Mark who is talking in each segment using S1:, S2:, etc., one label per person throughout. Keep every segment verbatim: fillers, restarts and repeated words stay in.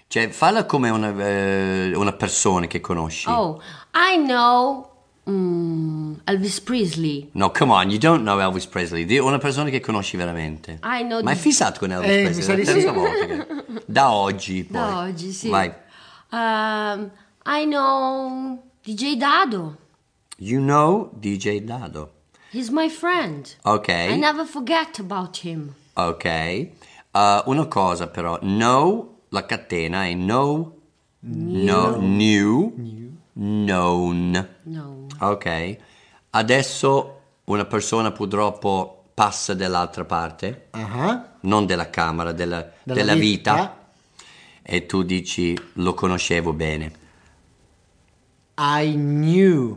S1: Cioè, falla come una, eh, una persona che conosci.
S2: Oh, I know mm, Elvis Presley.
S1: No, come on, you don't know Elvis Presley. Di una persona che conosci veramente.
S2: I know
S1: Ma è
S2: the-
S1: fissato con Elvis
S3: Eh, mi
S1: Presley?
S3: sa
S1: È
S3: di
S1: la terza
S3: sì.
S1: volta che... Da oggi, poi.
S2: Da oggi, sì.
S1: Vai.
S2: Um, I know D J Dado.
S1: You know D J Dado.
S2: He's my friend.
S1: Ok.
S2: I never forget about him.
S1: Ok. Uh, una cosa però. Know, la catena è know... No, new, known.
S2: No.
S1: Ok. Adesso una persona purtroppo passa dall'altra parte,
S3: Ah,
S1: non della camera, della,
S3: Della
S1: della
S3: vita.
S1: vita, e tu dici lo conoscevo bene.
S3: I knew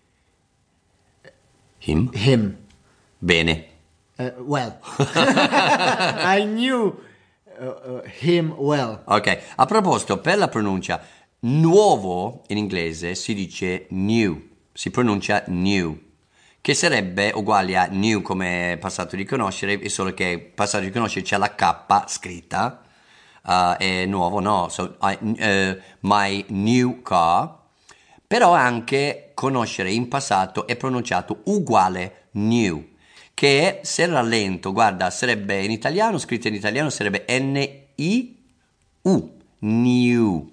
S1: Him?
S3: him.
S1: Bene.
S3: Uh, well. I knew uh, uh, him well.
S1: Ok. A proposito, per la pronuncia, nuovo in inglese si dice new, si pronuncia new, che sarebbe uguale a new come passato di conoscere, è solo che passato di conoscere c'è la K scritta, uh, e nuovo no, so, I, uh, my new car, però anche conoscere in passato è pronunciato uguale new, che se rallento, guarda, sarebbe in italiano, scritto in italiano sarebbe N I U, new.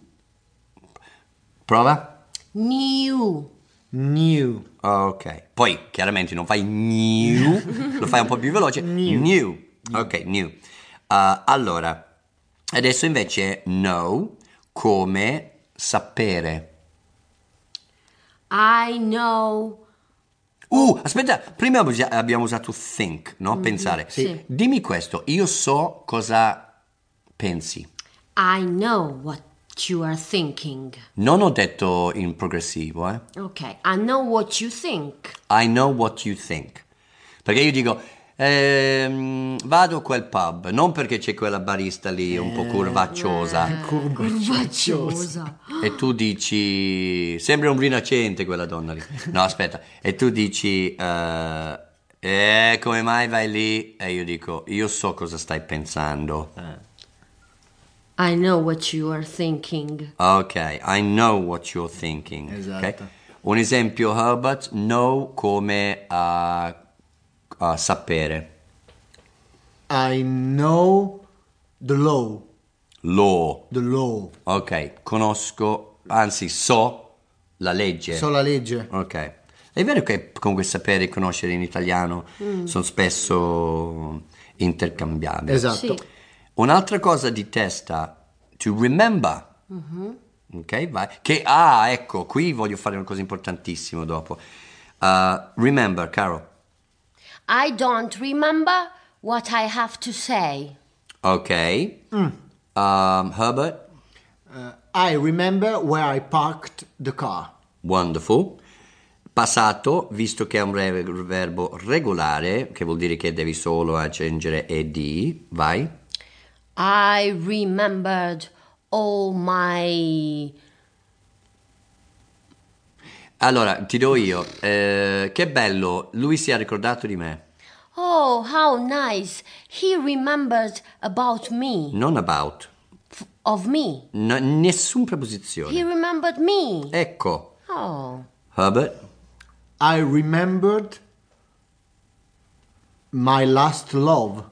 S1: Prova?
S2: New.
S3: New.
S1: Ok. Poi chiaramente non fai new, lo fai un po' più veloce. New. new. Ok, new. Uh, allora, adesso invece know come sapere.
S2: I know.
S1: Uh, aspetta, prima abbiamo- abbiamo usato think, no? Pensare.
S2: Sì.
S1: Dimmi questo, io so cosa pensi.
S2: I know what you are thinking.
S1: Non ho detto in progressivo, eh.
S2: Okay. I know what you think.
S1: I know what you think. Perché io dico, ehm, vado a quel pub, non perché c'è quella barista lì un po' curvacciosa.
S2: Curvacciosa.
S1: E tu dici, sembra un rinascente quella donna lì. No, aspetta. E tu dici, eh, eh, come mai vai lì? E io dico, io so cosa stai pensando.
S2: I know what you are thinking.
S1: Ok, I know what you're thinking.
S3: Esatto.
S1: Ok? Un esempio, Herbert, know come uh, uh, sapere.
S3: I know the law.
S1: Law.
S3: The law.
S1: Ok, conosco, anzi so la legge.
S3: So la legge.
S1: Ok. È vero che comunque sapere e conoscere in italiano sono spesso intercambiabili.
S3: Esatto.
S2: Sì.
S1: Un'altra cosa di testa, to remember. Ok, vai. Che, ah, ecco, qui voglio fare una cosa importantissima dopo. Uh, remember, Carol.
S2: I don't remember what I have to say.
S1: Ok. Um, Herbert.
S3: Uh, I remember where I parked the car.
S1: Wonderful. Passato, visto che è un re- verbo regolare, che vuol dire che devi solo aggiungere ed, vai.
S2: I remembered all my.
S1: Allora, ti do io. Eh, che bello, lui si è ricordato di me.
S2: Oh, how nice. He remembered about me.
S1: Non about.
S2: F- of me.
S1: No, nessun
S2: He
S1: preposizione.
S2: remembered me.
S1: Ecco.
S2: Oh.
S1: Herbert.
S3: I remembered my last love.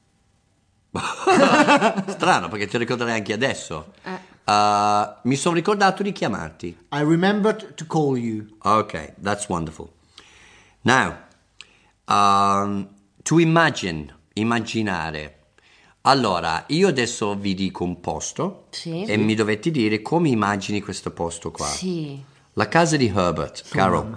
S1: Strano, perché ti ricorderai anche adesso. Uh, mi sono ricordato di chiamarti.
S3: I remembered to call you.
S1: Okay, that's wonderful. Now, um, to imagine, immaginare. Allora, io adesso vi dico un posto
S2: Sì.
S1: e mi dovete dire come immagini questo posto qua.
S2: Sì.
S1: La casa di Herbert, Carol.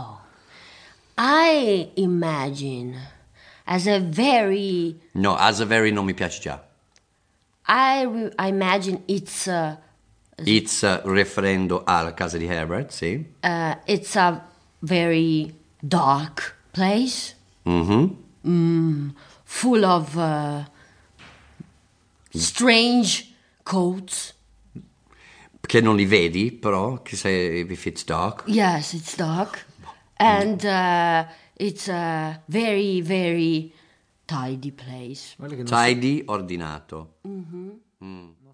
S2: I imagine as a very.
S1: No, as a very non mi piace già.
S2: I, re- I imagine it's a,
S1: It's uh, riferendo alla casa di Herbert, sì.
S2: uh, it's a very dark place,
S1: Mhm.
S2: full of uh, strange coats.
S1: Che non li vedi, però, che se if it's dark.
S2: Yes, it's dark, and uh, it's a very very tidy place.
S3: Guarda che non so-
S1: Tidy, ordinato. Mm.